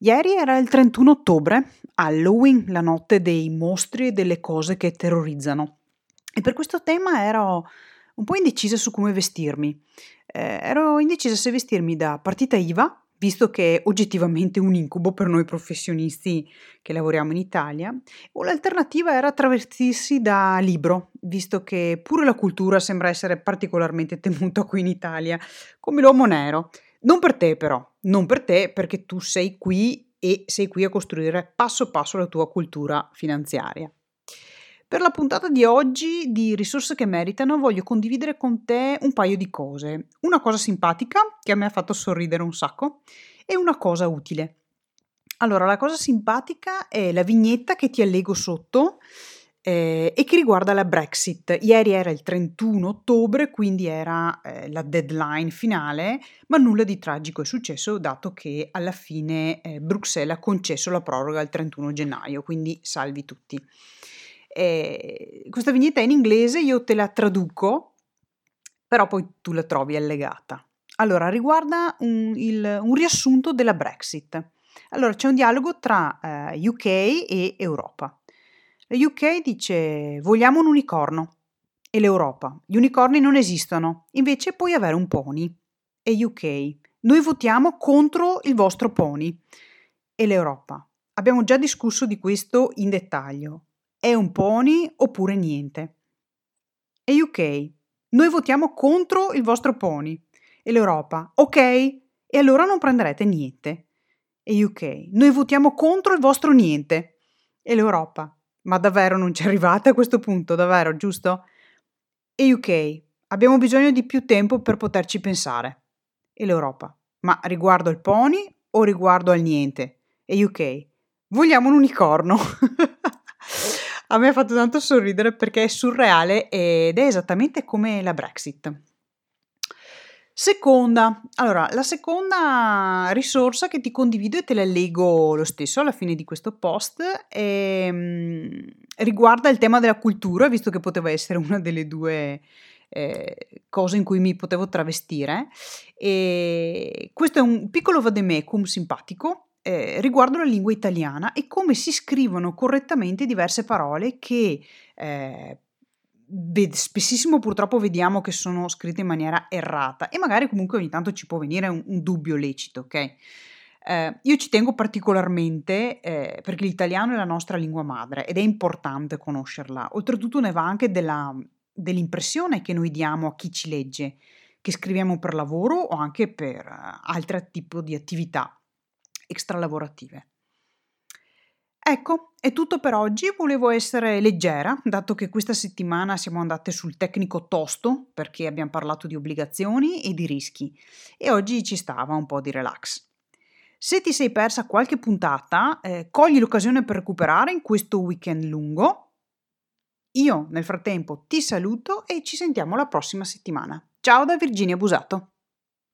Ieri era il 31 ottobre, Halloween, la notte dei mostri e delle cose che terrorizzano. E per questo tema ero un po' indecisa su come vestirmi. Ero indecisa se vestirmi da partita IVA, visto che è oggettivamente un incubo per noi professionisti che lavoriamo in Italia, o l'alternativa era travestirsi da libro, visto che pure la cultura sembra essere particolarmente temuta qui in Italia, come l'uomo nero. Non per te però, non per te perché tu sei qui e sei qui a costruire passo passo la tua cultura finanziaria. Per la puntata di oggi di Risorse che meritano voglio condividere con te un paio di cose. Una cosa simpatica che a me ha fatto sorridere un sacco e una cosa utile. Allora, la cosa simpatica è la vignetta che ti allego sotto e che riguarda la Brexit. Ieri era il 31 ottobre, quindi era la deadline finale, ma nulla di tragico è successo dato che alla fine Bruxelles ha concesso la proroga al 31 gennaio, quindi salvi tutti. Questa vignetta è in inglese, io te la traduco, però poi tu la trovi allegata. Allora, riguarda un riassunto della Brexit. Allora, c'è un dialogo tra UK e Europa. La UK dice: vogliamo un unicorno. E l'Europa: gli unicorni non esistono, invece puoi avere un pony. E UK: noi votiamo contro il vostro pony. E l'Europa: abbiamo già discusso di questo in dettaglio. È un pony oppure niente. E UK: noi votiamo contro il vostro pony. E l'Europa: ok, e allora non prenderete niente. E UK: noi votiamo contro il vostro niente. E l'Europa: ma davvero non ci arrivate a questo punto, davvero, giusto? E UK: abbiamo bisogno di più tempo per poterci pensare. E l'Europa: ma riguardo al pony o riguardo al niente? E UK: vogliamo un unicorno. A me ha fatto tanto sorridere perché è surreale ed è esattamente come la Brexit. La seconda risorsa che ti condivido e te la leggo lo stesso alla fine di questo post riguarda il tema della cultura, visto che poteva essere una delle due cose in cui mi potevo travestire. E questo è un piccolo vademecum simpatico riguardo la lingua italiana e come si scrivono correttamente diverse parole che spessissimo purtroppo vediamo che sono scritte in maniera errata e magari comunque ogni tanto ci può venire un dubbio lecito, ok? Io ci tengo particolarmente perché l'italiano è la nostra lingua madre ed è importante conoscerla. Oltretutto ne va anche dell'impressione che noi diamo a chi ci legge, che scriviamo per lavoro o anche per altri tipi di attività extralavorative. Ecco, è tutto per oggi. Volevo essere leggera, dato che questa settimana siamo andate sul tecnico tosto, perché abbiamo parlato di obbligazioni e di rischi, e oggi ci stava un po' di relax. Se ti sei persa qualche puntata, cogli l'occasione per recuperare in questo weekend lungo. Io, nel frattempo, ti saluto e ci sentiamo la prossima settimana. Ciao da Virginia Busato.